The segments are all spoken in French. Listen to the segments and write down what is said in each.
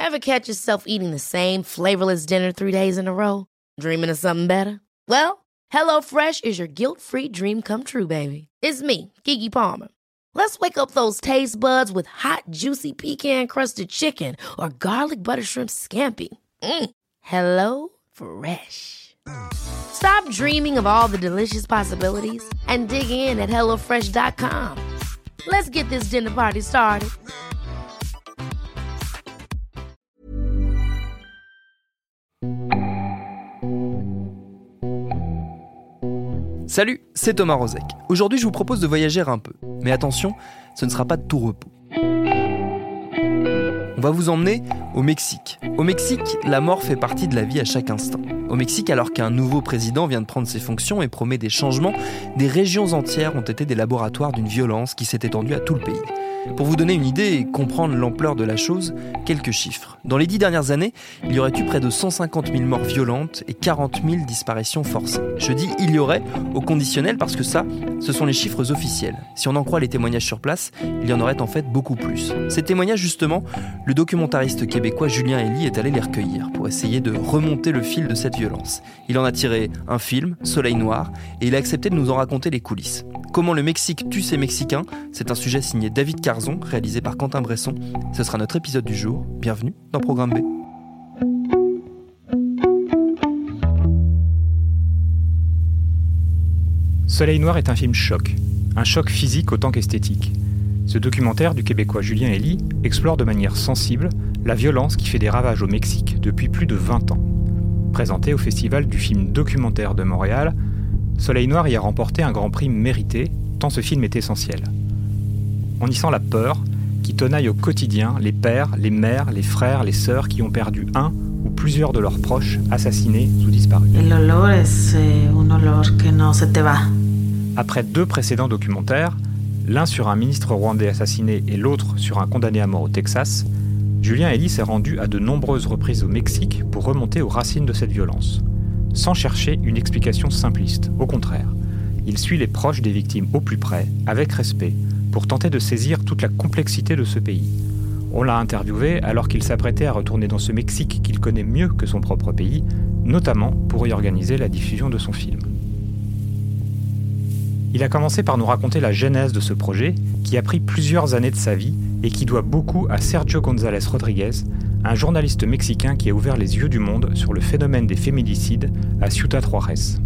Ever catch yourself eating the same flavorless dinner 3 days in a row? Dreaming of something better? Well, HelloFresh is your guilt-free dream come true, baby. It's me, Keke Palmer. Let's wake up those taste buds with hot, juicy pecan-crusted chicken or garlic butter shrimp scampi. Hello Fresh. Stop dreaming of all the delicious possibilities and dig in at HelloFresh.com. Let's get this dinner party started. Salut, c'est Thomas Rozek. Aujourd'hui, je vous propose de voyager un peu. Mais attention, ce ne sera pas de tout repos. On va vous emmener au Mexique. Au Mexique, la mort fait partie de la vie à chaque instant. Au Mexique, alors qu'un nouveau président vient de prendre ses fonctions et promet des changements, des régions entières ont été des laboratoires d'une violence qui s'est étendue à tout le pays. Pour vous donner une idée et comprendre l'ampleur de la chose, quelques chiffres. Dans les 10 dernières années, il y aurait eu près de 150 000 morts violentes et 40 000 disparitions forcées. Je dis « il y aurait » au conditionnel parce que ça, ce sont les chiffres officiels. Si on en croit les témoignages sur place, il y en aurait en fait beaucoup plus. Ces témoignages, justement, le documentariste québécois Julien Elie est allé les recueillir pour essayer de remonter le fil de cette violence. Il en a tiré un film, Soleil Noir, et il a accepté de nous en raconter les coulisses. Comment le Mexique tue ses Mexicains, c'est un sujet signé David Carzon, réalisé par Quentin Bresson. Ce sera notre épisode du jour. Bienvenue dans Programme B. Soleil Noir est un film choc. Un choc physique autant qu'esthétique. Ce documentaire du Québécois Julien Elie explore de manière sensible la violence qui fait des ravages au Mexique depuis plus de 20 ans. Présenté au Festival du film documentaire de Montréal, Soleil Noir y a remporté un grand prix mérité, tant ce film est essentiel. On y sent la peur qui tenaille au quotidien les pères, les mères, les frères, les sœurs qui ont perdu un ou plusieurs de leurs proches assassinés ou disparus. El olor es un olor que no se te va. Après 2 précédents documentaires, l'un sur un ministre rwandais assassiné et l'autre sur un condamné à mort au Texas, Julien Elie s'est rendu à de nombreuses reprises au Mexique pour remonter aux racines de cette violence. Sans chercher une explication simpliste, au contraire. Il suit les proches des victimes au plus près, avec respect, pour tenter de saisir toute la complexité de ce pays. On l'a interviewé alors qu'il s'apprêtait à retourner dans ce Mexique qu'il connaît mieux que son propre pays, notamment pour y organiser la diffusion de son film. Il a commencé par nous raconter la genèse de ce projet, qui a pris plusieurs années de sa vie et qui doit beaucoup à Sergio González Rodríguez, un journaliste mexicain qui a ouvert les yeux du monde sur le phénomène des féminicides à Ciudad Juárez.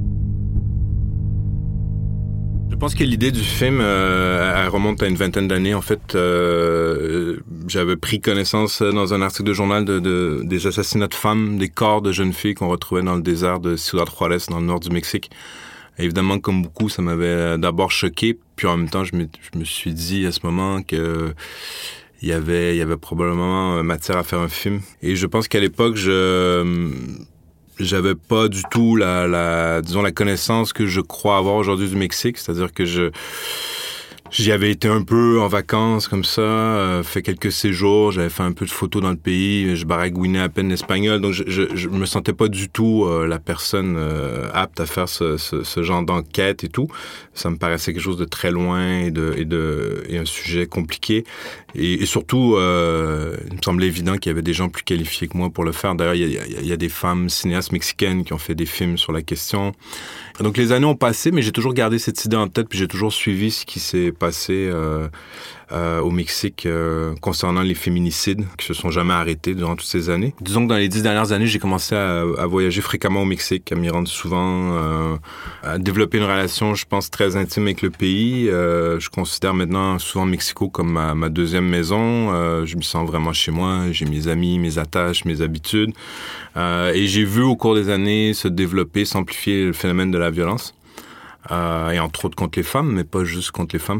Je pense que l'idée du film, elle remonte à une vingtaine d'années. En fait, j'avais pris connaissance dans un article de journal des assassinats de femmes, des corps de jeunes filles qu'on retrouvait dans le désert de Ciudad Juárez, dans le nord du Mexique. Et évidemment, comme beaucoup, ça m'avait d'abord choqué. Puis en même temps, je me suis dit à ce moment que il y avait probablement matière à faire un film. Et je pense qu'à l'époque, j'avais pas du tout la connaissance que je crois avoir aujourd'hui du Mexique. C'est-à-dire que j'y avais été un peu en vacances comme ça, fait quelques séjours, j'avais fait un peu de photos dans le pays, je baragouinais à peine l'espagnol, donc je me sentais pas du tout la personne apte à faire ce genre d'enquête et tout. Ça me paraissait quelque chose de très loin et un sujet compliqué. Et surtout, il me semblait évident qu'il y avait des gens plus qualifiés que moi pour le faire. D'ailleurs, il y a des femmes cinéastes mexicaines qui ont fait des films sur la question. Donc les années ont passé, mais j'ai toujours gardé cette idée en tête, puis j'ai toujours suivi ce qui s'est passé au Mexique concernant les féminicides qui se sont jamais arrêtés durant toutes ces années. Disons que dans les 10 dernières années, j'ai commencé à voyager fréquemment au Mexique, à m'y rendre souvent, à développer une relation, je pense, très intime avec le pays. Je considère maintenant souvent Mexico comme ma deuxième maison. Je me sens vraiment chez moi. J'ai mes amis, mes attaches, mes habitudes. Et j'ai vu au cours des années se développer, s'amplifier le phénomène de la violence. Et entre autres contre les femmes, mais pas juste contre les femmes.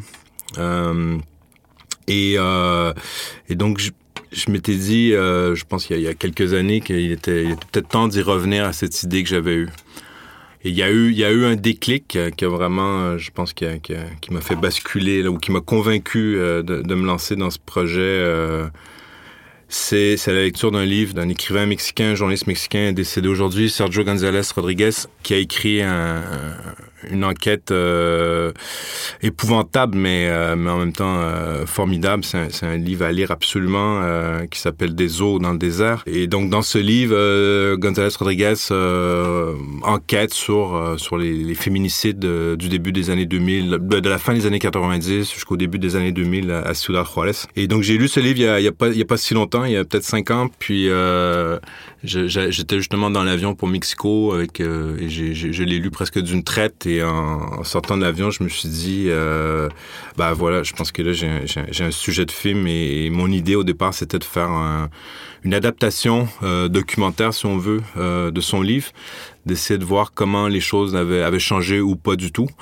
Et donc, je m'étais dit, je pense qu'il y a quelques années, qu'il était peut-être temps d'y revenir à cette idée que j'avais eue. Et il y a eu un déclic qui a vraiment, je pense, qui m'a fait basculer, là, ou qui m'a convaincu de me lancer dans ce projet. C'est la lecture d'un livre d'un écrivain mexicain, un journaliste mexicain décédé aujourd'hui, Sergio González Rodríguez, qui a écrit une enquête épouvantable, mais en même temps formidable. C'est un livre à lire absolument qui s'appelle Des eaux dans le désert. Et donc, dans ce livre, González Rodríguez enquête sur les féminicides du début des années 2000, de la fin des années 90 jusqu'au début des années 2000 à Ciudad Juárez. Et donc, j'ai lu ce livre il y a pas si longtemps, il y a peut-être 5 ans, puis j'étais justement dans l'avion pour Mexico et je l'ai lu presque d'une traite, et en sortant de l'avion, je me suis dit voilà, je pense que là j'ai un sujet de film, et mon idée au départ c'était de faire une adaptation documentaire, si on veut, de son livre, d'essayer de voir comment les choses avaient changé ou pas du tout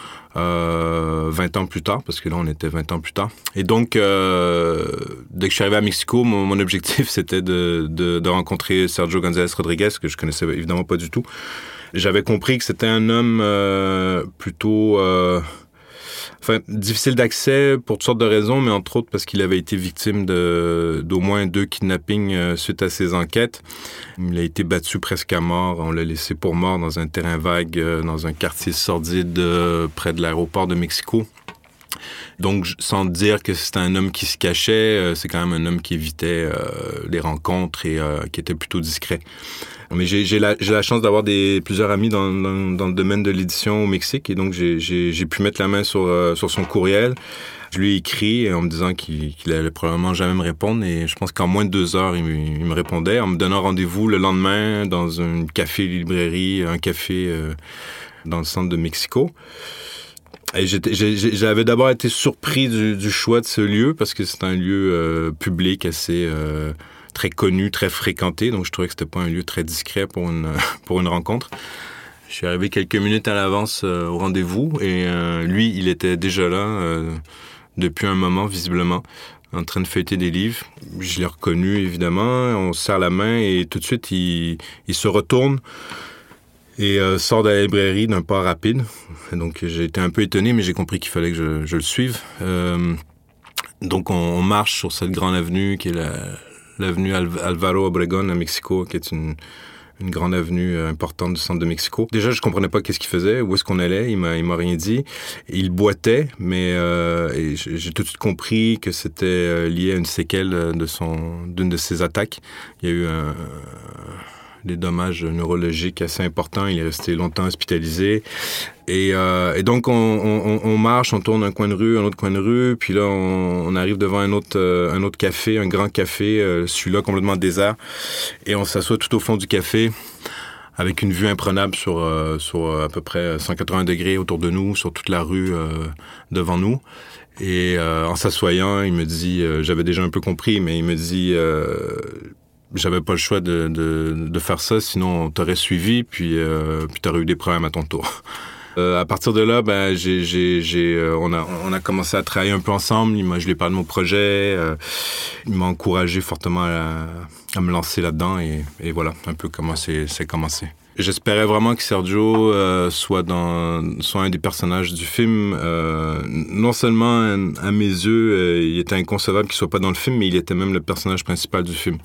20 ans plus tard, parce que là on était 20 ans plus tard. Et donc dès que je suis arrivé à Mexico, mon objectif c'était de rencontrer Sergio González Rodríguez, que je connaissais évidemment pas du tout. J'avais compris que c'était un homme plutôt difficile d'accès pour toutes sortes de raisons, mais entre autres parce qu'il avait été victime d'au moins 2 kidnappings suite à ses enquêtes. Il a été battu presque à mort. On l'a laissé pour mort dans un terrain vague, dans un quartier sordide près de l'aéroport de Mexico. Donc, sans dire que c'était un homme qui se cachait, c'est quand même un homme qui évitait les rencontres et qui était plutôt discret. Mais j'ai la chance d'avoir plusieurs amis dans le domaine de l'édition au Mexique, et donc j'ai pu mettre la main sur son courriel. Je lui ai écrit en me disant qu'il allait probablement jamais me répondre, et je pense qu'en moins de 2 heures, il me répondait, en me donnant rendez-vous le lendemain dans un café-librairie, un café dans le centre de Mexico. Et j'avais d'abord été surpris du choix de ce lieu, parce que c'est un lieu public assez très connu, très fréquenté, donc je trouvais que c'était pas un lieu très discret pour une rencontre. Je suis arrivé quelques minutes à l'avance au rendez-vous, et lui, il était déjà là depuis un moment, visiblement, en train de feuilleter des livres. Je l'ai reconnu, évidemment, on se serre la main, et tout de suite, il se retourne et sort de la librairie d'un pas rapide. Et donc, j'ai été un peu étonné, mais j'ai compris qu'il fallait que je le suive. Donc, on marche sur cette grande avenue qui est l'avenue Álvaro Obregón à Mexico, qui est une grande avenue importante du centre de Mexico. Déjà, je comprenais pas qu'est-ce qu'il faisait, où est-ce qu'on allait. Il m'a rien dit. Il boitait, mais et j'ai tout de suite compris que c'était lié à une séquelle d'une de ses attaques. Il y a eu des dommages neurologiques assez importants. Il est resté longtemps hospitalisé. Et donc, on marche, on tourne un coin de rue, un autre coin de rue, puis là, on arrive devant un autre café, un grand café, celui-là complètement désert, et on s'assoit tout au fond du café, avec une vue imprenable sur à peu près 180 degrés autour de nous, sur toute la rue devant nous. Et en s'assoyant, il me dit, j'avais déjà un peu compris, mais il me dit... j'avais pas le choix de faire ça, sinon on t'aurait suivi, puis t'aurais eu des problèmes à ton tour. À partir de là, on a commencé à travailler un peu ensemble. Je lui ai parlé de mon projet. Il m'a encouragé fortement à me lancer là-dedans, et voilà un peu comment c'est commencé. J'espérais vraiment que Sergio soit un des personnages du film. Non seulement à mes yeux, il était inconcevable qu'il soit pas dans le film, mais il était même le personnage principal du film.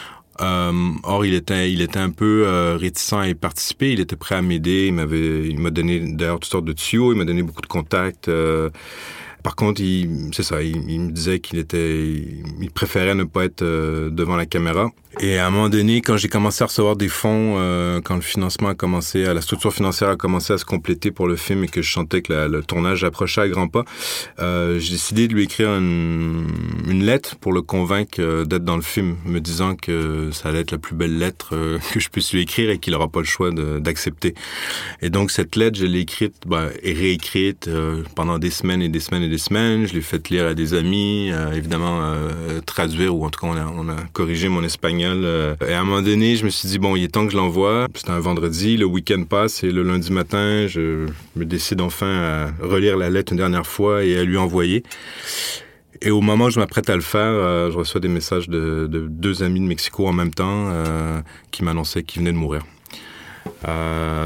Or, il était un peu réticent à y participer. Il était prêt à m'aider. Il m'a donné d'ailleurs toutes sortes de tuyaux. Il m'a donné beaucoup de contacts. Par contre, il me disait il préférait ne pas être devant la caméra. Et à un moment donné, quand j'ai commencé à recevoir des fonds, quand le financement a commencé, la structure financière a commencé à se compléter pour le film, et que je sentais que le tournage approchait à grands pas, j'ai décidé de lui écrire une lettre pour le convaincre d'être dans le film, me disant que ça allait être la plus belle lettre que je puisse lui écrire, et qu'il n'aura pas le choix d'accepter. Et donc cette lettre, je l'ai écrite et réécrite pendant des semaines et des semaines et des semaines. Je l'ai fait lire à des amis, évidemment traduire, ou en tout cas on a corrigé mon espagnol. Et à un moment donné, je me suis dit, bon, il est temps que je l'envoie. C'était un vendredi, le week-end passe, et le lundi matin, je me décide enfin à relire la lettre une dernière fois et à lui envoyer. Et au moment où je m'apprête à le faire, je reçois des messages de 2 amis de Mexico en même temps qui m'annonçaient qu'ils venaient de mourir.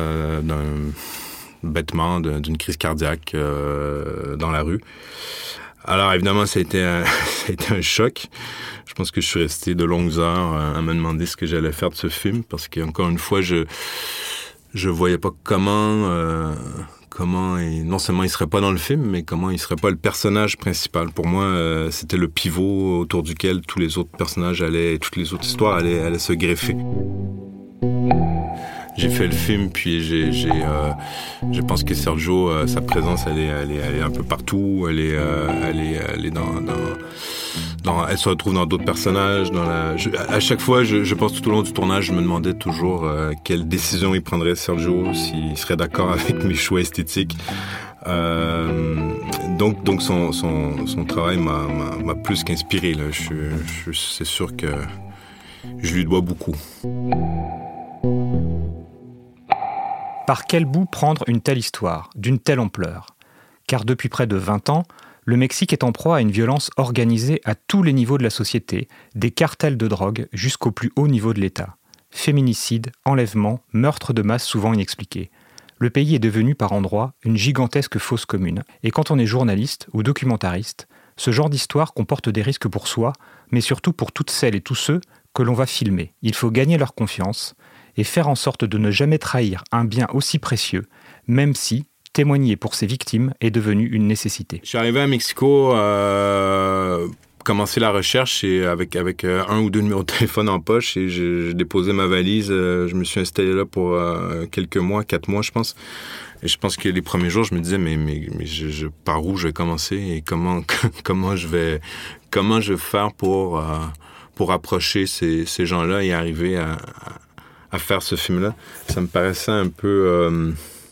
Bêtement, d'une crise cardiaque dans la rue. Alors, évidemment, ça a été un choc. Je pense que je suis resté de longues heures à me demander ce que j'allais faire de ce film, parce qu'encore une fois, je voyais pas comment et non seulement il serait pas dans le film, mais comment il serait pas le personnage principal. Pour moi, c'était le pivot autour duquel tous les autres personnages toutes les autres histoires allaient se greffer. J'ai fait le film, puis je pense que Sergio, sa présence, elle est un peu partout. Elle est elle se retrouve dans d'autres personnages. À chaque fois, je pense tout au long du tournage, je me demandais toujours quelle décision il prendrait, Sergio, s'il serait d'accord avec mes choix esthétiques. Donc son travail m'a plus qu'inspiré, là. C'est sûr que je lui dois beaucoup. Par quel bout prendre une telle histoire, d'une telle ampleur ? Car depuis près de 20 ans, le Mexique est en proie à une violence organisée à tous les niveaux de la société, des cartels de drogue jusqu'au plus haut niveau de l'État. Féminicides, enlèvements, meurtres de masse souvent inexpliqués. Le pays est devenu par endroits une gigantesque fosse commune. Et quand on est journaliste ou documentariste, ce genre d'histoire comporte des risques pour soi, mais surtout pour toutes celles et tous ceux que l'on va filmer. Il faut gagner leur confiance et faire en sorte de ne jamais trahir un bien aussi précieux, même si témoigner pour ses victimes est devenu une nécessité. Je suis arrivé à Mexico, commencer la recherche et avec un ou deux numéros de téléphone en poche, et j'ai déposé ma valise. Je me suis installé là pour quelques mois, 4 mois, je pense. Et je pense que les premiers jours, je me disais, mais par où je vais commencer et comment je vais faire pour approcher ces gens-là et arriver à faire ce film-là. Ça me paraissait un peu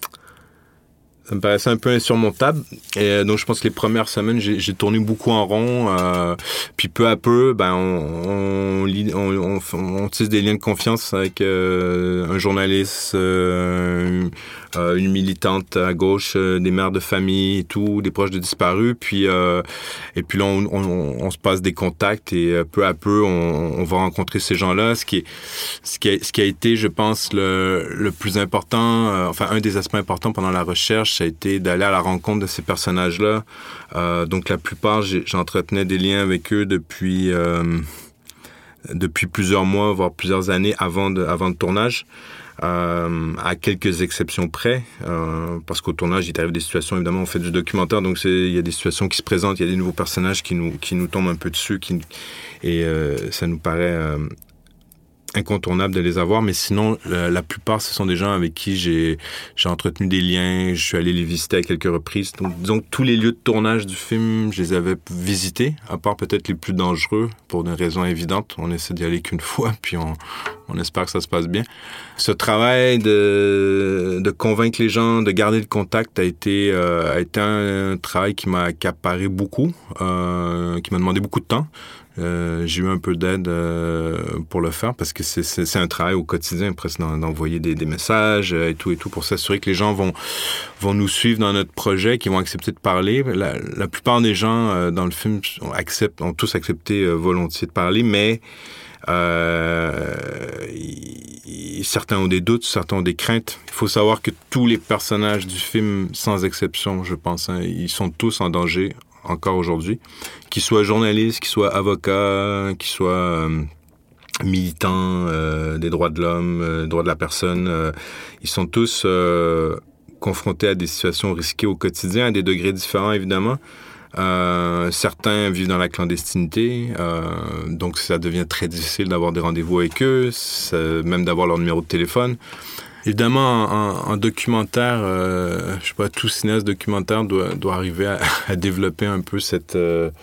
insurmontable. Et donc, je pense que les premières semaines, j'ai tourné beaucoup en rond. Puis peu à peu, on tisse des liens de confiance avec un journaliste, une militante à gauche, des mères de famille et tout, des proches de disparus. Et puis là, on se passe des contacts et peu à peu, on va rencontrer ces gens-là. Ce qui a été, je pense, le plus important, un des aspects importants pendant la recherche, ça a été d'aller à la rencontre de ces personnages-là. Donc, la plupart, j'entretenais des liens avec eux depuis plusieurs mois, voire plusieurs années avant le tournage. À quelques exceptions près, parce qu'au tournage, il arrive des situations, évidemment, on fait du documentaire, donc il y a des situations qui se présentent, il y a des nouveaux personnages qui nous tombent un peu dessus, et ça nous paraît incontournable de les avoir, mais sinon, la plupart, ce sont des gens avec qui j'ai entretenu des liens, je suis allé les visiter à quelques reprises. Donc, disons que tous les lieux de tournage du film, je les avais visités, à part peut-être les plus dangereux, pour des raisons évidentes. On essaie d'y aller qu'une fois, puis on espère que ça se passe bien. Ce travail de convaincre les gens, de garder le contact a été un travail qui m'a accaparé beaucoup, qui m'a demandé beaucoup de temps. J'ai eu un peu d'aide pour le faire parce que c'est un travail au quotidien, presque d'envoyer des messages et tout pour s'assurer que les gens vont nous suivre dans notre projet, qu'ils vont accepter de parler. La plupart des gens dans le film ont tous accepté volontiers de parler, mais certains ont des doutes, certains ont des craintes. Il faut savoir que tous les personnages du film, sans exception, je pense, ils sont tous en danger encore aujourd'hui, qu'ils soient journalistes, qu'ils soient avocats, qu'ils soient militants des droits de l'homme, droits de la personne. Ils sont tous confrontés à des situations risquées au quotidien, à des degrés différents, évidemment. Certains vivent dans la clandestinité, donc ça devient très difficile d'avoir des rendez-vous avec eux, même d'avoir leur numéro de téléphone. Évidemment, en documentaire, je sais pas, tout cinéaste documentaire doit arriver à développer un peu cette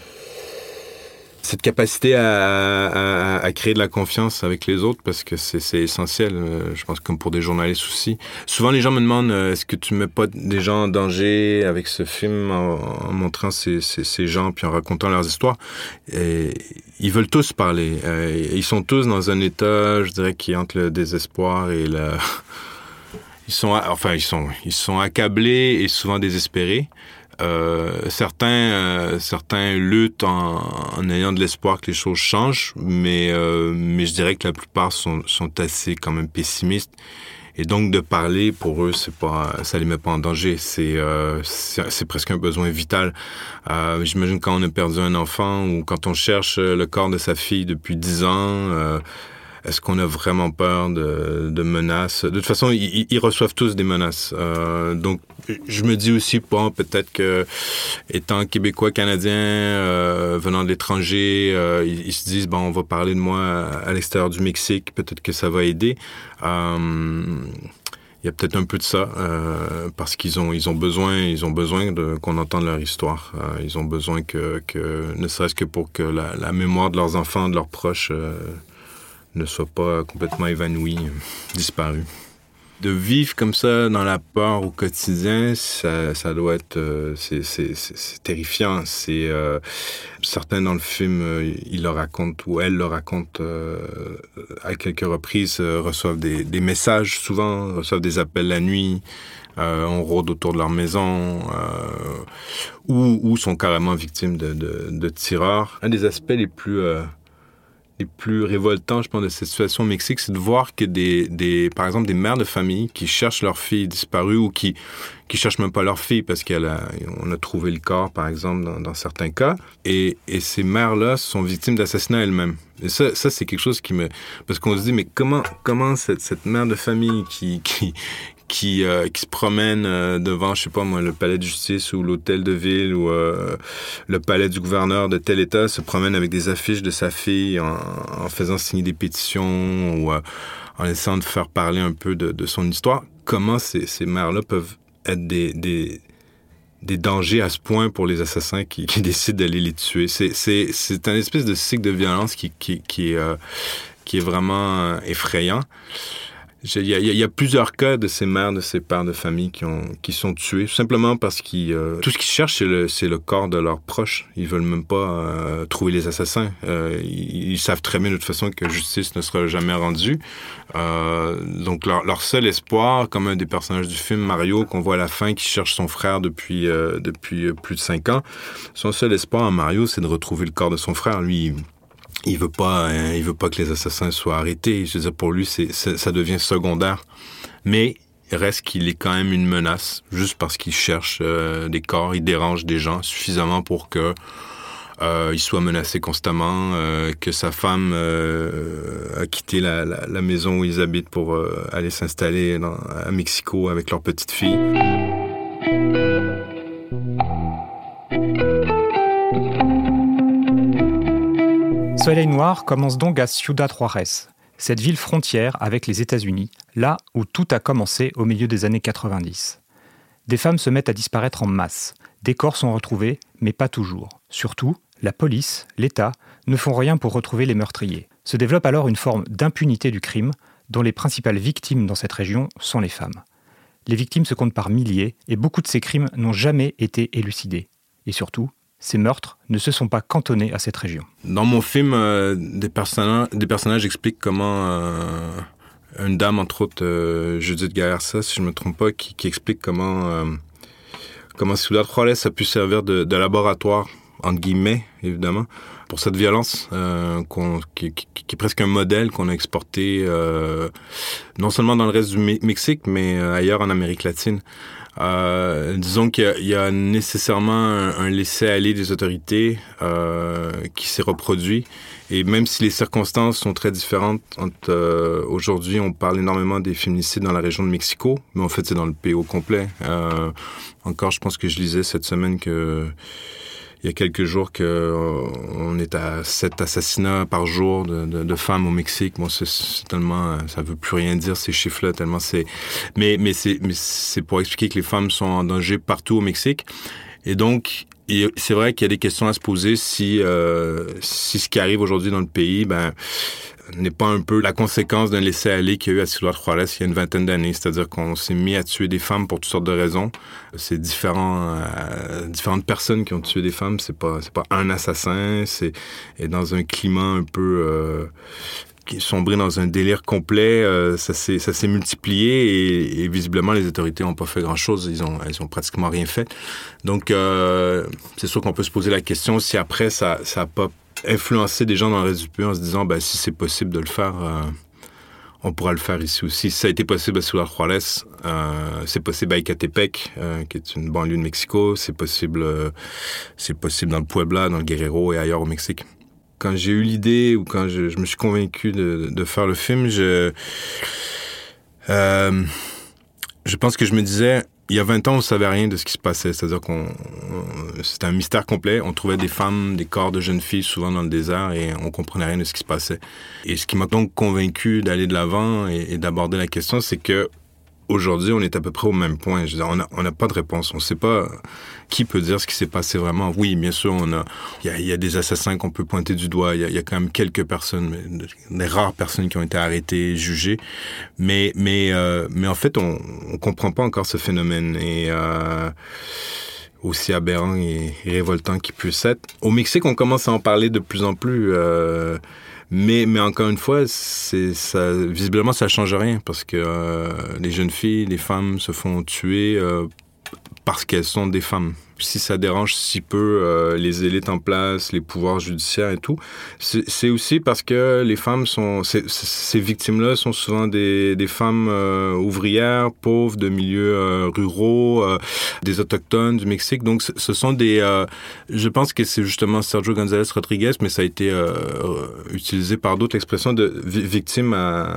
capacité à créer de la confiance avec les autres, parce que c'est essentiel, je pense, comme pour des journalistes aussi. Souvent, les gens me demandent, est-ce que tu mets pas des gens en danger avec ce film en montrant ces gens, puis en racontant leurs histoires? Et ils veulent tous parler. Ils sont tous dans un état, je dirais, qui est entre le désespoir et ils sont accablés et souvent désespérés. Certains luttent en ayant de l'espoir que les choses changent, mais je dirais que la plupart sont assez quand même pessimistes Et donc, de parler, pour eux, ça les met pas en danger. C'est presque un besoin vital. J'imagine quand on a perdu un enfant ou quand on cherche le corps de sa fille depuis 10 ans, est-ce qu'on a vraiment peur de menaces? De toute façon, ils reçoivent tous des menaces. Donc, je me dis aussi, peut-être que, étant Québécois, Canadien, venant de l'étranger, ils se disent, on va parler de moi à l'extérieur du Mexique, peut-être que ça va aider. Il y a peut-être un peu de ça, parce qu'ils ont besoin qu'on entende leur histoire. Ils ont besoin que ne serait-ce que pour que la mémoire de leurs enfants, de leurs proches, ne soit pas complètement évanouie, disparue. De vivre comme ça dans la peur au quotidien, ça doit être... c'est terrifiant. Certains dans le film, ils le racontent, ou elles le racontent à quelques reprises, reçoivent des messages souvent, reçoivent des appels la nuit, on rôde autour de leur maison, ou sont carrément victimes de tireurs. Un des aspects les plus révoltants, je pense, de cette situation au Mexique, c'est de voir que par exemple, des mères de famille qui cherchent leur fille disparue ou qui cherchent même pas leur fille parce qu'on a trouvé le corps, par exemple, dans certains cas. Et ces mères-là sont victimes d'assassinats elles-mêmes. Et ça, c'est quelque chose parce qu'on se dit, mais comment cette mère de famille qui se promène devant, je sais pas moi, le palais de justice ou l'hôtel de ville ou le palais du gouverneur de tel État, se promène avec des affiches de sa fille en faisant signer des pétitions ou en essayant de faire parler un peu de son histoire. Comment ces mères-là peuvent être des dangers à ce point pour les assassins qui décident d'aller les tuer? C'est un espèce de cycle de violence qui est vraiment effrayant. Il y a plusieurs cas de ces mères, de ces pères de famille qui sont tués, tout simplement parce que tout ce qu'ils cherchent, c'est le corps de leurs proches. Ils veulent même pas trouver les assassins. Ils savent très bien de toute façon que justice ne sera jamais rendue. Donc leur seul espoir, comme un des personnages du film, Mario, qu'on voit à la fin, qui cherche son frère depuis plus de 5 ans, son seul espoir à Mario, c'est de retrouver le corps de son frère. Lui, il veut pas que les assassins soient arrêtés. Je veux dire, pour lui, ça devient secondaire. Mais il reste qu'il est quand même une menace, juste parce qu'il cherche des corps, il dérange des gens suffisamment pour que il soit menacé constamment, que sa femme a quitté la maison où ils habitent pour aller s'installer à Mexico avec leur petite fille. Soleil Noir commence donc à Ciudad Juárez, cette ville frontière avec les États-Unis, là où tout a commencé au milieu des années 90. Des femmes se mettent à disparaître en masse. Des corps sont retrouvés, mais pas toujours. Surtout, la police, l'État, ne font rien pour retrouver les meurtriers. Se développe alors une forme d'impunité du crime, dont les principales victimes dans cette région sont les femmes. Les victimes se comptent par milliers, et beaucoup de ces crimes n'ont jamais été élucidés. Et surtout, ces meurtres ne se sont pas cantonnés à cette région. Dans mon film, des personnages expliquent comment une dame, entre autres, Judith Galarza, si je ne me trompe pas, qui explique comment Ciudad Juárez a pu servir de laboratoire, entre guillemets, évidemment, pour cette violence qui est presque un modèle qu'on a exporté non seulement dans le reste du Mexique, mais ailleurs en Amérique latine. Disons qu'il y a nécessairement un laisser-aller des autorités qui s'est reproduit. Et même si les circonstances sont très différentes, aujourd'hui, on parle énormément des féminicides dans la région de Mexico, mais en fait, c'est dans le pays au complet. Encore, je pense que je lisais cette semaine il y a quelques jours qu'on est à 7 assassinats par jour de femmes au Mexique. Bon, c'est tellement, ça veut plus rien dire, ces chiffres-là, tellement c'est, mais c'est pour expliquer que les femmes sont en danger partout au Mexique. Et donc, c'est vrai qu'il y a des questions à se poser si ce qui arrive aujourd'hui dans le pays, n'est pas un peu la conséquence d'un laisser-aller qu'il y a eu à Ciudad Juárez il y a une vingtaine d'années. C'est-à-dire qu'on s'est mis à tuer des femmes pour toutes sortes de raisons. C'est différentes personnes qui ont tué des femmes. C'est pas un assassin. Et dans un climat un peu qui est sombré dans un délire complet. Ça s'est multiplié et visiblement les autorités n'ont pas fait grand-chose. Elles ont pratiquement rien fait. Donc c'est sûr qu'on peut se poser la question si après ça a pas influencer des gens dans le reste du pays en se disant si c'est possible de le faire, on pourra le faire ici aussi. Ça a été possible à Ciudad Juárez, c'est possible à Ecatepec, qui est une banlieue de Mexico, c'est possible dans le Puebla, dans le Guerrero et ailleurs au Mexique. Quand j'ai eu l'idée ou quand je me suis convaincu de faire le film, je pense que je me disais, il y a 20 ans, on ne savait rien de ce qui se passait. C'est-à-dire c'était un mystère complet. On trouvait des femmes, des corps de jeunes filles, souvent dans le désert, et on ne comprenait rien de ce qui se passait. Et ce qui m'a donc convaincu d'aller de l'avant et d'aborder la question, c'est que aujourd'hui, on est à peu près au même point. Je veux dire, on n'a pas de réponse. On ne sait pas qui peut dire ce qui s'est passé vraiment. Oui, bien sûr, il y a des assassins qu'on peut pointer du doigt. Il y a quand même quelques personnes, des rares personnes qui ont été arrêtées, jugées. Mais en fait, on ne comprend pas encore ce phénomène. Et aussi aberrant et révoltant qu'il puisse être. Au Mexique, on commence à en parler de plus en plus. Mais encore une fois, visiblement, ça ne change rien parce que les jeunes filles, les femmes se font tuer parce qu'elles sont des femmes. Si ça dérange si peu les élites en place, les pouvoirs judiciaires et tout, c'est aussi parce que les femmes ces victimes-là sont souvent des femmes ouvrières, pauvres, de milieux ruraux, des autochtones du Mexique. Donc, ce sont je pense que c'est justement Sergio González Rodríguez, mais ça a été utilisé par d'autres expressions de victimes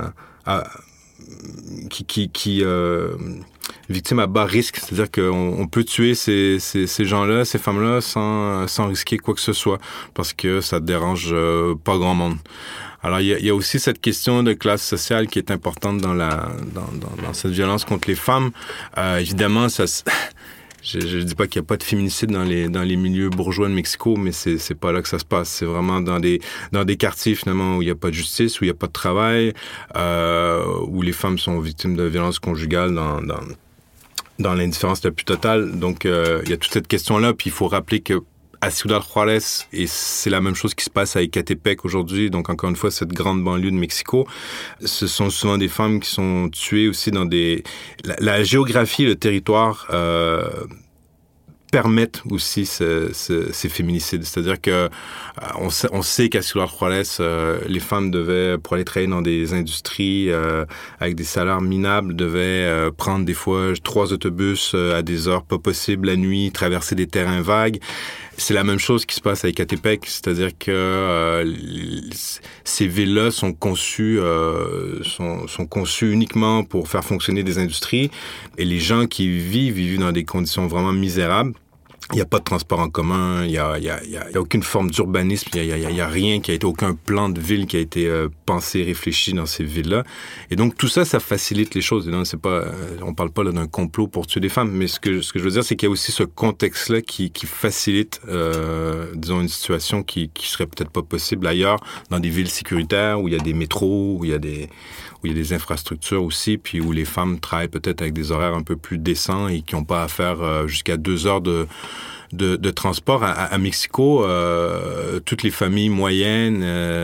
victimes à bas risque, c'est-à-dire qu'on peut tuer ces gens-là, ces femmes-là, sans risquer quoi que ce soit, parce que ça ne dérange pas grand monde. Alors, il y a aussi cette question de classe sociale qui est importante dans cette violence contre les femmes. Évidemment, je ne dis pas qu'il n'y a pas de féminicide dans les milieux bourgeois de Mexico, mais c'est pas là que ça se passe. C'est vraiment dans des quartiers, finalement, où il n'y a pas de justice, où il n'y a pas de travail, où les femmes sont victimes de violences conjugales dans l'indifférence la plus totale. Donc, il y a toute cette question-là. Puis, il faut rappeler que à Ciudad Juárez, et c'est la même chose qui se passe à Ecatepec aujourd'hui, donc encore une fois, cette grande banlieue de Mexico, ce sont souvent des femmes qui sont tuées aussi dans la géographie et le territoire permettent aussi ces féminicides. C'est-à-dire que on sait qu'à Ciudad Juárez, les femmes devaient, pour aller travailler dans des industries avec des salaires minables, devaient prendre des fois 3 autobus à des heures pas possibles la nuit, traverser des terrains vagues. C'est la même chose qui se passe à Ecatepec, c'est-à-dire que ces villes-là sont conçues uniquement pour faire fonctionner des industries, et les gens qui vivent dans des conditions vraiment misérables. Il n'y a pas de transport en commun, il y a aucune forme d'urbanisme, il y a rien qui a été, aucun plan de ville qui a été pensé, réfléchi dans ces villes-là. Et donc tout ça, ça facilite les choses. Non, on parle pas là d'un complot pour tuer des femmes, mais ce que je veux dire, c'est qu'il y a aussi ce contexte-là qui facilite, disons, une situation qui serait peut-être pas possible ailleurs, dans des villes sécuritaires où il y a des métros, où il y a des infrastructures aussi, puis où les femmes travaillent peut-être avec des horaires un peu plus décents et qui n'ont pas à faire jusqu'à 2 heures de transport. À Mexico, toutes les familles moyennes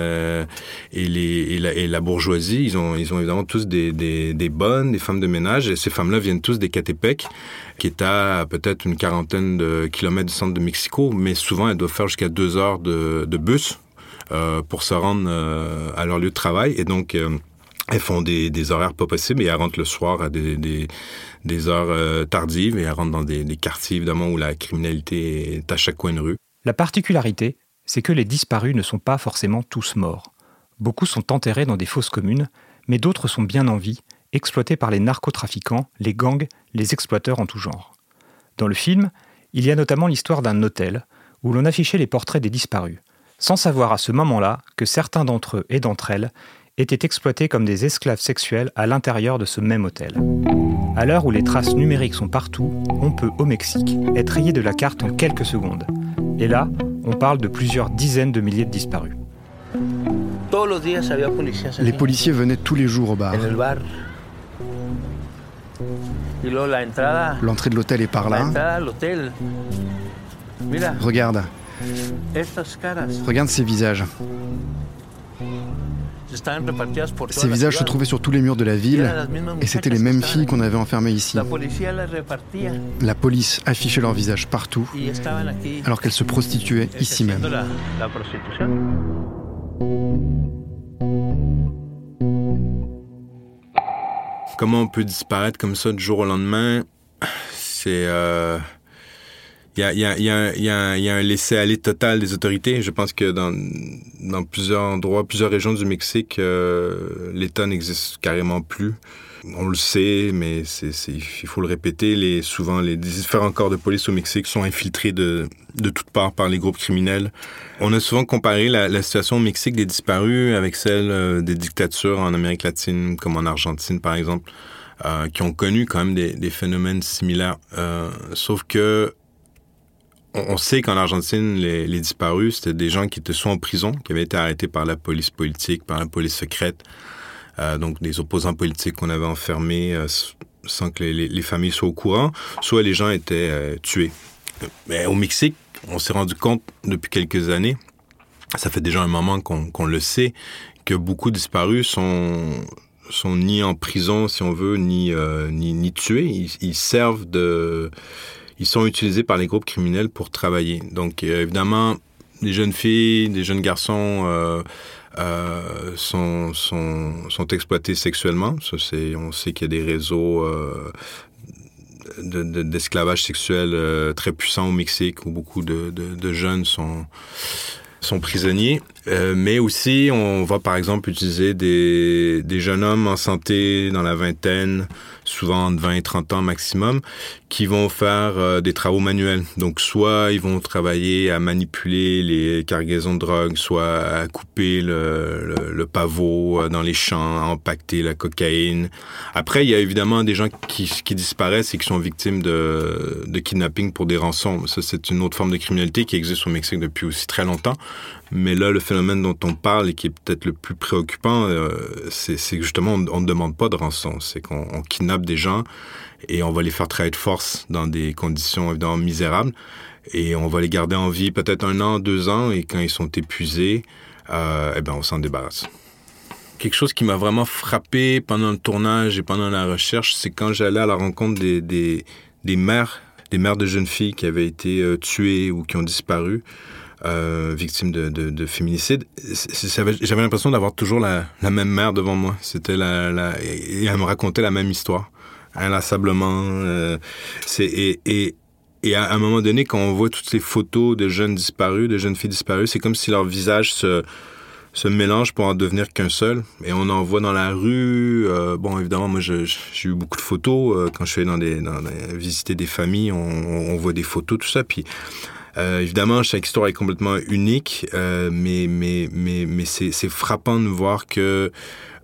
et la bourgeoisie, ils ont évidemment tous des bonnes, des femmes de ménage, et ces femmes-là viennent tous d'Ecatepec, qui est à peut-être une 40aine de kilomètres du centre de Mexico, mais souvent elles doivent faire jusqu'à 2 heures de bus pour se rendre à leur lieu de travail, et donc elles font des horaires pas possibles, et elles rentrent le soir à des heures tardives, et elles rentrent dans des quartiers, évidemment, où la criminalité est à chaque coin de rue. La particularité, c'est que les disparus ne sont pas forcément tous morts. Beaucoup sont enterrés dans des fosses communes, mais d'autres sont bien en vie, exploités par les narcotrafiquants, les gangs, les exploiteurs en tout genre. Dans le film, il y a notamment l'histoire d'un hôtel, où l'on affichait les portraits des disparus, sans savoir à ce moment-là que certains d'entre eux et d'entre elles étaient exploités comme des esclaves sexuels à l'intérieur de ce même hôtel. À l'heure où les traces numériques sont partout, on peut, au Mexique, être rayé de la carte en quelques secondes. Et là, on parle de plusieurs dizaines de milliers de disparus. Les policiers venaient tous les jours au bar. L'entrée de l'hôtel est par là. Regarde ces visages. Ces visages se trouvaient sur tous les murs de la ville, et c'étaient les mêmes filles qu'on avait enfermées ici. La police affichait leurs visages partout, alors qu'elles se prostituaient ici même. comment on peut disparaître comme ça du jour au lendemain? C'est... Il y a un laisser-aller total des autorités. Je pense que dans plusieurs endroits, plusieurs régions du Mexique, l'État n'existe carrément plus. On le sait, mais il faut le répéter. Souvent, les différents corps de police au Mexique sont infiltrés de toutes parts par les groupes criminels. On a souvent comparé la situation au Mexique des disparus avec celle des dictatures en Amérique latine, comme en Argentine, par exemple, qui ont connu quand même des phénomènes similaires. Sauf que on sait qu'en Argentine, les disparus, c'était des gens qui étaient soit en prison, qui avaient été arrêtés par la police politique, par la police secrète, donc des opposants politiques qu'on avait enfermés sans que les familles soient au courant, soit les gens étaient tués. Mais au Mexique, on s'est rendu compte depuis quelques années, ça fait déjà un moment qu'on le sait, que beaucoup de disparus sont ni en prison, si on veut, ni tués. Ils servent Ils sont utilisés par les groupes criminels pour travailler. Donc, évidemment, les jeunes filles, les jeunes garçons sont exploités sexuellement. On sait qu'il y a des réseaux d'esclavage sexuel très puissants au Mexique, où beaucoup de jeunes sont prisonniers. Mais aussi, on va par exemple utiliser des jeunes hommes en santé dans la vingtaine, souvent entre 20 et 30 ans maximum, qui vont faire des travaux manuels. Donc, soit ils vont travailler à manipuler les cargaisons de drogue, soit à couper le pavot dans les champs, à empaqueter la cocaïne. Après, il y a évidemment des gens qui disparaissent et qui sont victimes de kidnapping pour des rançons. Ça, c'est une autre forme de criminalité qui existe au Mexique depuis aussi très longtemps. Mais là, le phénomène dont on parle et qui est peut-être le plus préoccupant, c'est que justement, on ne demande pas de rançon. C'est qu'on kidnappe des gens et on va les faire travailler de force dans des conditions évidemment misérables. Et on va les garder en vie peut-être 1 an, 2 ans. Et quand ils sont épuisés, on s'en débarrasse. Quelque chose qui m'a vraiment frappé pendant le tournage et pendant la recherche, c'est quand j'allais à la rencontre des mères de jeunes filles qui avaient été tuées ou qui ont disparu. Victime de féminicide. J'avais l'impression d'avoir toujours la même mère devant moi. C'était et elle me racontait la même histoire, inlassablement. Et à un moment donné, quand on voit toutes ces photos de jeunes disparus, de jeunes filles disparues, c'est comme si leur visage se mélange pour en devenir qu'un seul. Et on en voit dans la rue. Évidemment, moi, j'ai eu beaucoup de photos. Quand je suis allé visiter des familles, on voit des photos, tout ça. Puis évidemment, chaque histoire est complètement unique, mais c'est frappant de voir que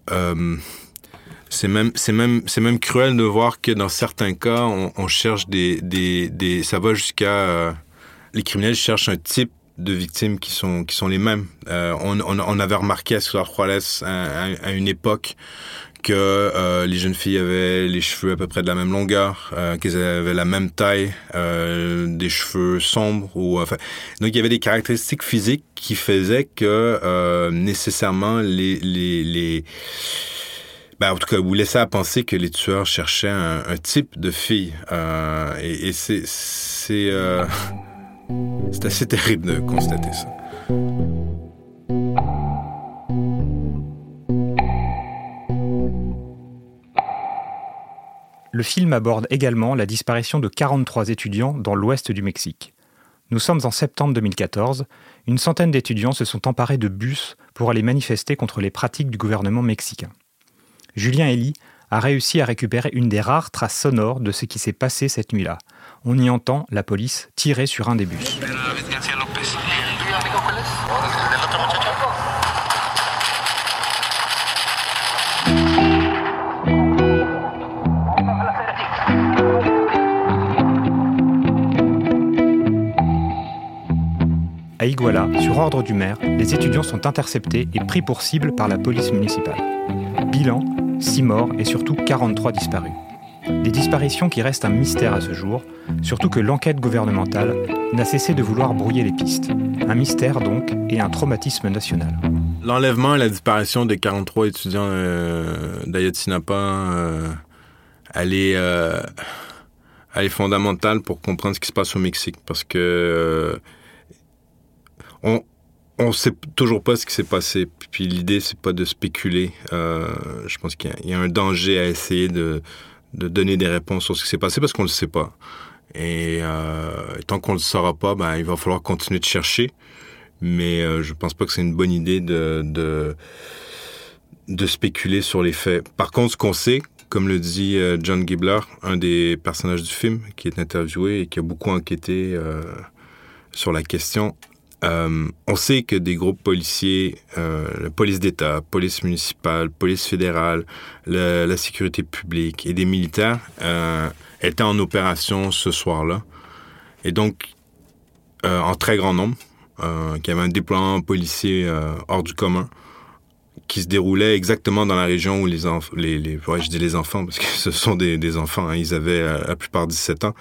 c'est même cruel de voir que dans certains cas, on cherche ça va jusqu'à les criminels cherchent un type de victimes qui sont les mêmes. On avait remarqué à Ciudad Juárez à une époque que les jeunes filles avaient les cheveux à peu près de la même longueur, qu'elles avaient la même taille, des cheveux sombres. Donc, il y avait des caractéristiques physiques qui faisaient que nécessairement en tout cas, vous laissez à penser que les tueurs cherchaient un type de fille. Et c'est assez terrible de constater ça. Le film aborde également la disparition de 43 étudiants dans l'ouest du Mexique. Nous sommes en septembre 2014. Une centaine d'étudiants se sont emparés de bus pour aller manifester contre les pratiques du gouvernement mexicain. Julien Elie a réussi à récupérer une des rares traces sonores de ce qui s'est passé cette nuit-là. On y entend la police tirer sur un des bus. À Iguala, sur ordre du maire, les étudiants sont interceptés et pris pour cible par la police municipale. Bilan, 6 morts et surtout 43 disparus. Des disparitions qui restent un mystère à ce jour, surtout que l'enquête gouvernementale n'a cessé de vouloir brouiller les pistes. Un mystère donc et un traumatisme national. L'enlèvement et la disparition des 43 étudiants d'Ayotzinapa, elle est fondamentale pour comprendre ce qui se passe au Mexique. Parce que On sait toujours pas ce qui s'est passé. Puis l'idée, c'est pas de spéculer. Je pense qu'il y a un danger à essayer de donner des réponses sur ce qui s'est passé parce qu'on le sait pas. Et tant qu'on le saura pas, il va falloir continuer de chercher. Mais je pense pas que c'est une bonne idée de spéculer sur les faits. Par contre, ce qu'on sait, comme le dit John Gibler, un des personnages du film, qui est interviewé et qui a beaucoup enquêté sur la question, on sait que des groupes policiers, la police d'État, police municipale, police fédérale, la sécurité publique et des militaires étaient en opération ce soir-là. Et donc, en très grand nombre, qu'il y avait un déploiement policier hors du commun qui se déroulait exactement dans la région où je dis les enfants parce que ce sont des enfants, ils avaient la plupart 17 ans.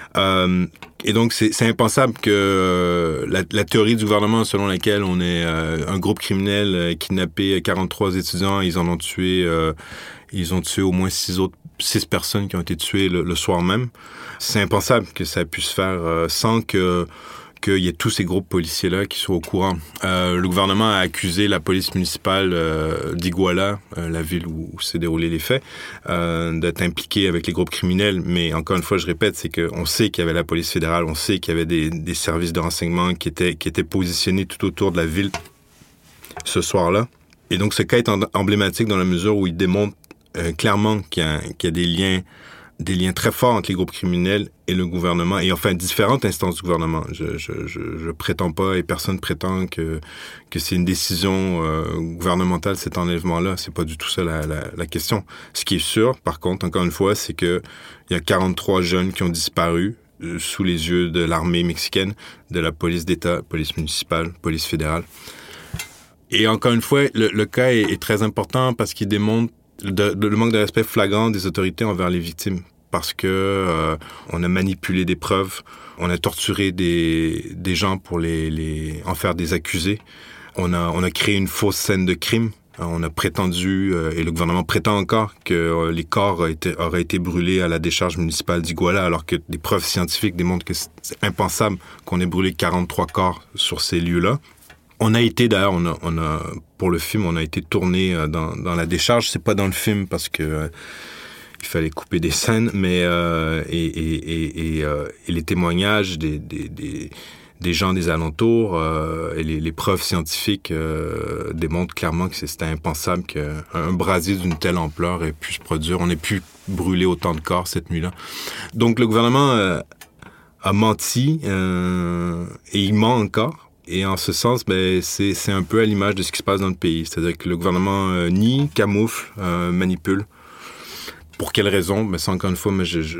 Et donc, c'est impensable que la théorie du gouvernement selon laquelle on est un groupe criminel kidnappé 43 étudiants, ils ont tué au moins 6 personnes qui ont été tuées le soir même. C'est impensable que ça puisse se faire sans qu'il y ait tous ces groupes policiers-là qui soient au courant. Le gouvernement a accusé la police municipale d'Iguala, la ville où s'est déroulé les faits, d'être impliquée avec les groupes criminels. Mais encore une fois, je répète, c'est qu'on sait qu'il y avait la police fédérale, on sait qu'il y avait des services de renseignement qui étaient positionnés tout autour de la ville ce soir-là. Et donc, ce cas est emblématique dans la mesure où il démontre clairement qu'il y a des liens très forts entre les groupes criminels et le gouvernement, et enfin différentes instances du gouvernement. Je prétends pas, et personne prétend que c'est une décision gouvernementale, cet enlèvement-là. C'est pas du tout ça la question. Ce qui est sûr, par contre, encore une fois, c'est que il y a 43 jeunes qui ont disparu sous les yeux de l'armée mexicaine, de la police d'État, police municipale, police fédérale. Et encore une fois, le cas est très important parce qu'il démontre le manque de respect flagrant des autorités envers les victimes, parce que on a manipulé des preuves, on a torturé des gens pour en faire des accusés, on a créé une fausse scène de crime, on a prétendu, et le gouvernement prétend encore, que les corps auraient été brûlés à la décharge municipale d'Iguala, alors que des preuves scientifiques démontrent que c'est impensable qu'on ait brûlé 43 corps sur ces lieux-là. On a été, d'ailleurs, pour le film, on a été tourné dans la décharge. C'est pas dans le film parce que il fallait couper des scènes, mais et les témoignages des gens des alentours et les preuves scientifiques démontrent clairement que c'était impensable qu'un brasier d'une telle ampleur ait pu se produire. On ait pu brûler autant de corps cette nuit-là. Donc le gouvernement a menti et il ment encore. Et en ce sens, c'est un peu à l'image de ce qui se passe dans le pays. C'est-à-dire que le gouvernement nie, camoufle, manipule. Pour quelles raisons? Ça, encore une fois,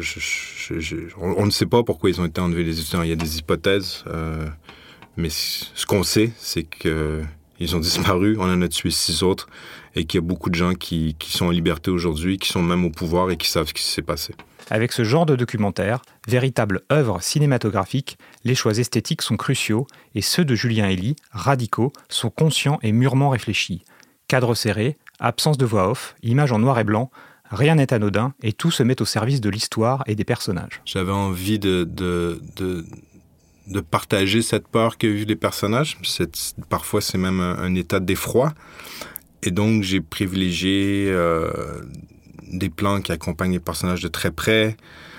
on ne sait pas pourquoi ils ont été enlevés, les étudiants. Il y a des hypothèses. Mais ce qu'on sait, c'est qu'ils ont disparu. On en a tué 6 autres. Et qu'il y a beaucoup de gens qui sont en liberté aujourd'hui, qui sont même au pouvoir et qui savent ce qui s'est passé. Avec ce genre de documentaire, véritable œuvre cinématographique, les choix esthétiques sont cruciaux et ceux de Julien Elie, radicaux, sont conscients et mûrement réfléchis. Cadre serré, absence de voix off, images en noir et blanc, rien n'est anodin et tout se met au service de l'histoire et des personnages. J'avais envie de partager cette peur que vivent les personnages. Parfois, c'est même un état d'effroi. Et donc, j'ai privilégié des plans qui accompagnent les personnages de très près.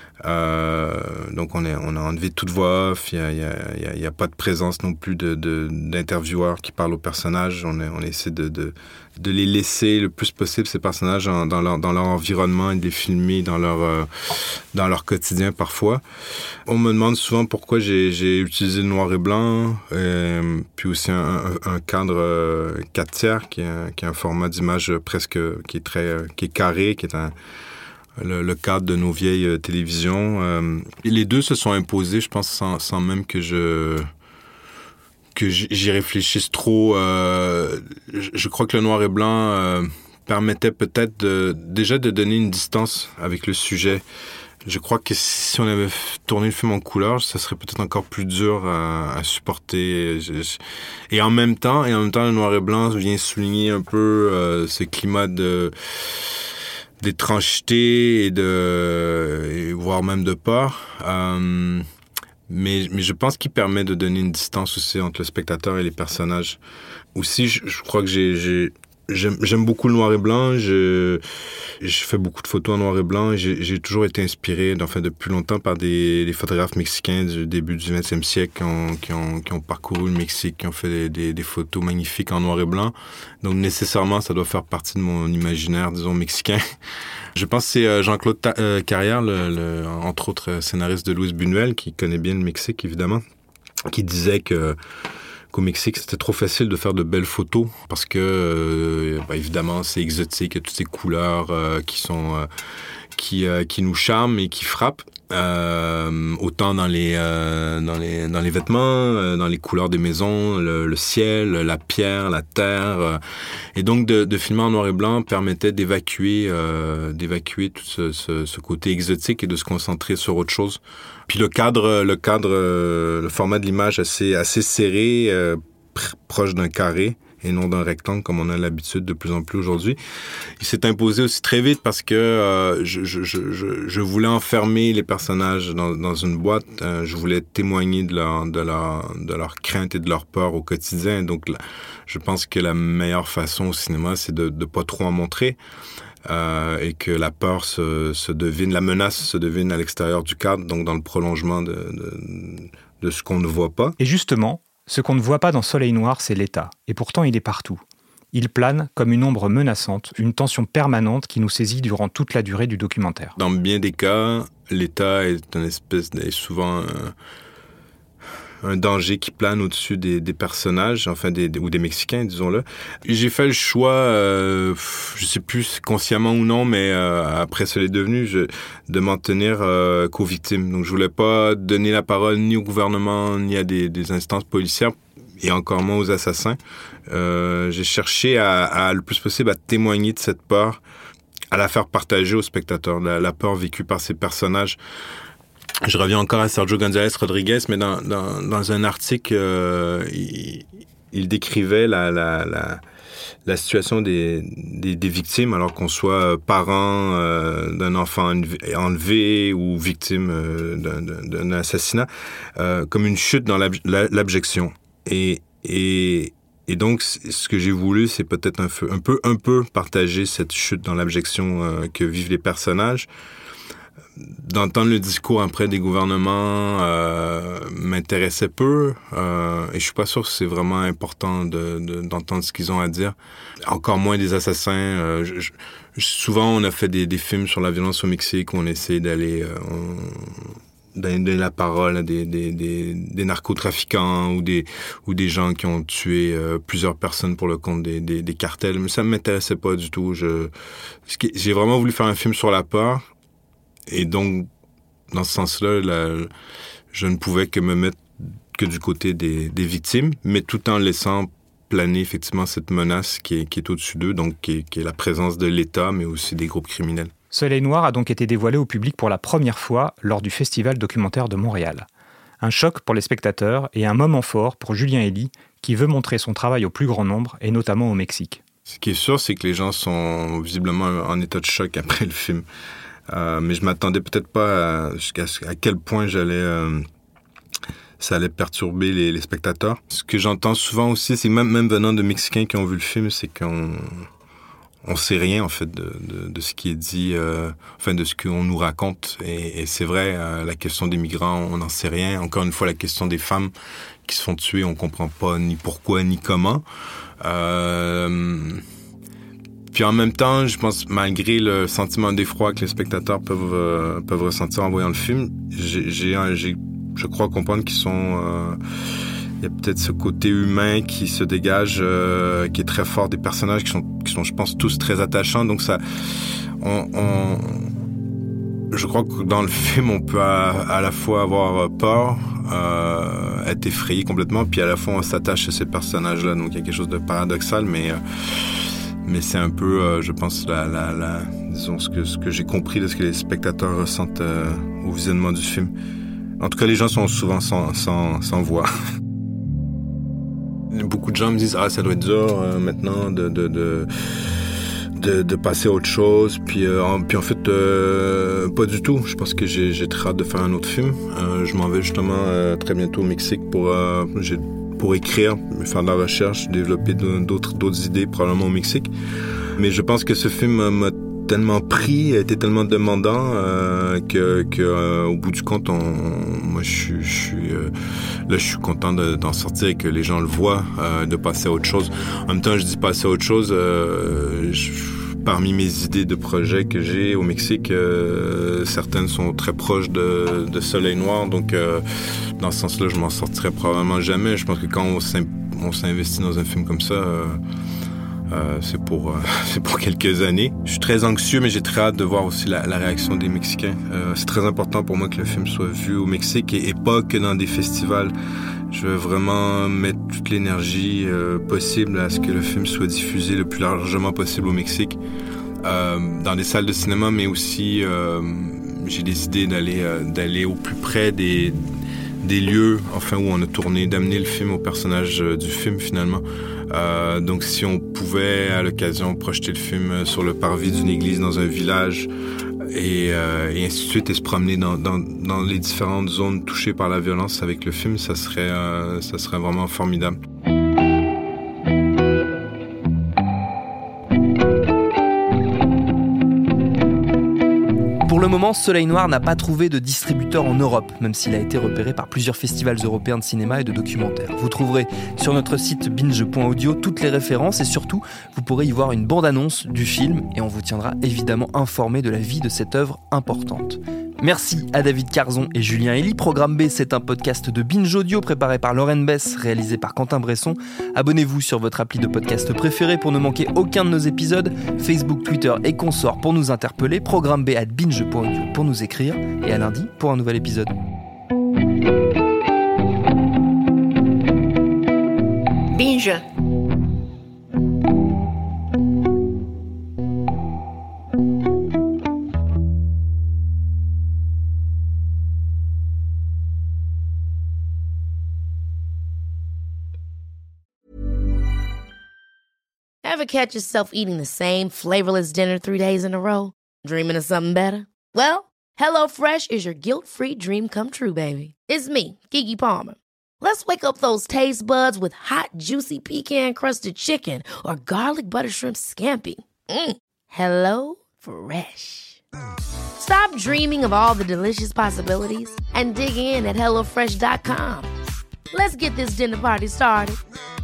Donc, on a enlevé toute voix off. Il y a pas de présence non plus d'intervieweurs qui parlent aux personnages. On essaie de les laisser le plus possible, ces personnages, dans leur environnement et de les filmer dans leur quotidien parfois. On me demande souvent pourquoi j'ai utilisé le noir et blanc, puis aussi un cadre 4/3 qui est un format d'image presque qui est carré, qui est le cadre de nos vieilles télévisions. Et les deux se sont imposés, je pense, sans même que j'y réfléchisse trop. Je crois que le noir et blanc permettait peut-être déjà de donner une distance avec le sujet. Je crois que si on avait tourné le film en couleur, ça serait peut-être encore plus dur à supporter. Et en même temps, le noir et blanc vient souligner un peu ce climat d'étrangeté et voire même de peur. Mais je pense qu'il permet de donner une distance aussi entre le spectateur et les personnages. Aussi, je crois que j'aime beaucoup le noir et blanc. Je fais beaucoup de photos en noir et blanc. J'ai toujours été inspiré, depuis longtemps, par des photographes mexicains du début du 20e siècle qui ont parcouru le Mexique, qui ont fait des photos magnifiques en noir et blanc. Donc, nécessairement, ça doit faire partie de mon imaginaire, disons, mexicain. Je pense que c'est Jean-Claude Carrière, entre autres scénariste de Luis Buñuel, qui connaît bien le Mexique, évidemment, qui disait qu'au Mexique, c'était trop facile de faire de belles photos parce que, évidemment, c'est exotique, il y a toutes ces couleurs qui nous charment et qui frappent. Autant dans les vêtements, dans les couleurs des maisons, le ciel, la pierre, la terre. Et donc, de filmer en noir et blanc permettait d'évacuer tout ce côté exotique et de se concentrer sur autre chose. Puis le format de l'image assez serré, proche d'un carré et non d'un rectangle comme on a l'habitude de plus en plus aujourd'hui. Il s'est imposé aussi très vite parce que je voulais enfermer les personnages dans une boîte. Je voulais témoigner de leur crainte et de leur peur au quotidien. Donc, je pense que la meilleure façon au cinéma, c'est de pas trop en montrer. Et que la peur se devine, la menace se devine à l'extérieur du cadre, donc dans le prolongement de ce qu'on ne voit pas. Et justement, ce qu'on ne voit pas dans Soleil Noir, c'est l'État. Et pourtant, il est partout. Il plane comme une ombre menaçante, une tension permanente qui nous saisit durant toute la durée du documentaire. Dans bien des cas, l'État est souvent un danger qui plane au-dessus des personnages, ou des Mexicains, disons-le. J'ai fait le choix, je sais plus consciemment ou non, mais après ça l'est devenu, de m'en tenir qu'aux victimes. Donc je voulais pas donner la parole ni au gouvernement, ni à des instances policières, et encore moins aux assassins. J'ai cherché à le plus possible à témoigner de cette peur, à la faire partager aux spectateurs, la peur vécue par ces personnages. Je reviens encore à Sergio González Rodríguez, mais dans un article, il décrivait la situation des victimes, alors qu'on soit parent d'un enfant enlevé ou victime d'un assassinat, comme une chute dans l'abjection. Et donc, ce que j'ai voulu, c'est peut-être un peu partager cette chute dans l'abjection que vivent les personnages. D'entendre le discours après des gouvernements m'intéressait peu et je suis pas sûr que c'est vraiment important d'entendre ce qu'ils ont à dire. Encore moins des assassins. Souvent, on a fait des films sur la violence au Mexique où on essaie d'aller donner la parole à des narcotrafiquants ou des gens qui ont tué plusieurs personnes pour le compte des cartels. Mais ça m'intéressait pas du tout. J'ai vraiment voulu faire un film sur la peur. Et donc, dans ce sens-là, je ne pouvais que me mettre que du côté des victimes, mais tout en laissant planer effectivement cette menace qui est au-dessus d'eux, donc qui est la présence de l'État, mais aussi des groupes criminels. Soleil Noir a donc été dévoilé au public pour la première fois lors du Festival documentaire de Montréal. Un choc pour les spectateurs et un moment fort pour Julien Elie, qui veut montrer son travail au plus grand nombre, et notamment au Mexique. Ce qui est sûr, c'est que les gens sont visiblement en état de choc après le film. Mais je m'attendais peut-être pas à quel point ça allait perturber les spectateurs. Ce que j'entends souvent aussi, c'est même venant de Mexicains qui ont vu le film, c'est qu'on sait rien en fait de ce qui est dit, de ce qu'on nous raconte. Et c'est vrai, la question des migrants, on n'en sait rien. Encore une fois, la question des femmes qui se font tuer, on comprend pas ni pourquoi ni comment. Puis en même temps, je pense, malgré le sentiment d'effroi que les spectateurs peuvent ressentir en voyant le film, je crois comprendre qu'ils sont... il y a peut-être ce côté humain qui se dégage, qui est très fort, des personnages qui sont, je pense, tous très attachants. Donc ça... je crois que dans le film, on peut à la fois avoir peur, être effrayé complètement, puis à la fois on s'attache à ces personnages-là. Donc il y a quelque chose de paradoxal, mais c'est un peu, je pense, disons ce que j'ai compris de ce que les spectateurs ressentent au visionnement du film. En tout cas, les gens sont souvent sans voix. Beaucoup de gens me disent ça doit être dur maintenant de de passer à autre chose. Puis en fait, pas du tout. Je pense que j'ai très hâte de faire un autre film. Je m'en vais justement très bientôt au Mexique pour écrire, faire de la recherche, développer d'autres idées, probablement au Mexique. Mais je pense que ce film m'a tellement pris, a été tellement demandant que au bout du compte, moi je suis content d'en sortir et que les gens le voient, de passer à autre chose. En même temps, je dis passer à autre chose. Parmi mes idées de projets que j'ai au Mexique, certaines sont très proches de Soleil Noir, donc dans ce sens-là, je m'en sortirai probablement jamais. Je pense que quand on s'investit dans un film comme ça, c'est pour quelques années. Je suis très anxieux, mais j'ai très hâte de voir aussi la réaction des Mexicains. C'est très important pour moi que le film soit vu au Mexique et pas que dans des festivals. Je veux vraiment mettre toute l'énergie possible à ce que le film soit diffusé le plus largement possible au Mexique, dans des salles de cinéma, mais aussi j'ai décidé d'aller au plus près des lieux, enfin, où on a tourné, d'amener le film au personnage du film finalement. Donc si on pouvait à l'occasion projeter le film sur le parvis d'une église dans un village et ainsi de suite, et se promener dans les différentes zones touchées par la violence avec le film, ça serait vraiment formidable. Pour le moment, Soleil Noir n'a pas trouvé de distributeur en Europe, même s'il a été repéré par plusieurs festivals européens de cinéma et de documentaires. Vous trouverez sur notre site binge.audio toutes les références et surtout, vous pourrez y voir une bande-annonce du film et on vous tiendra évidemment informé de la vie de cette œuvre importante. Merci à David Carzon et Julien Elie. Programme B, c'est un podcast de Binge Audio préparé par Lauren Bess, réalisé par Quentin Bresson. Abonnez-vous sur votre appli de podcast préféré pour ne manquer aucun de nos épisodes. Facebook, Twitter et consorts pour nous interpeller. Programme B @binge.audio pour nous écrire. Et à lundi pour un nouvel épisode. Binge. Ever catch yourself eating the same flavorless dinner 3 days in a row? Dreaming of something better? Well, HelloFresh is your guilt-free dream come true, baby. It's me, Keke Palmer. Let's wake up those taste buds with hot, juicy pecan-crusted chicken or garlic butter shrimp scampi. Hello Fresh. Stop dreaming of all the delicious possibilities and dig in at HelloFresh.com. Let's get this dinner party started.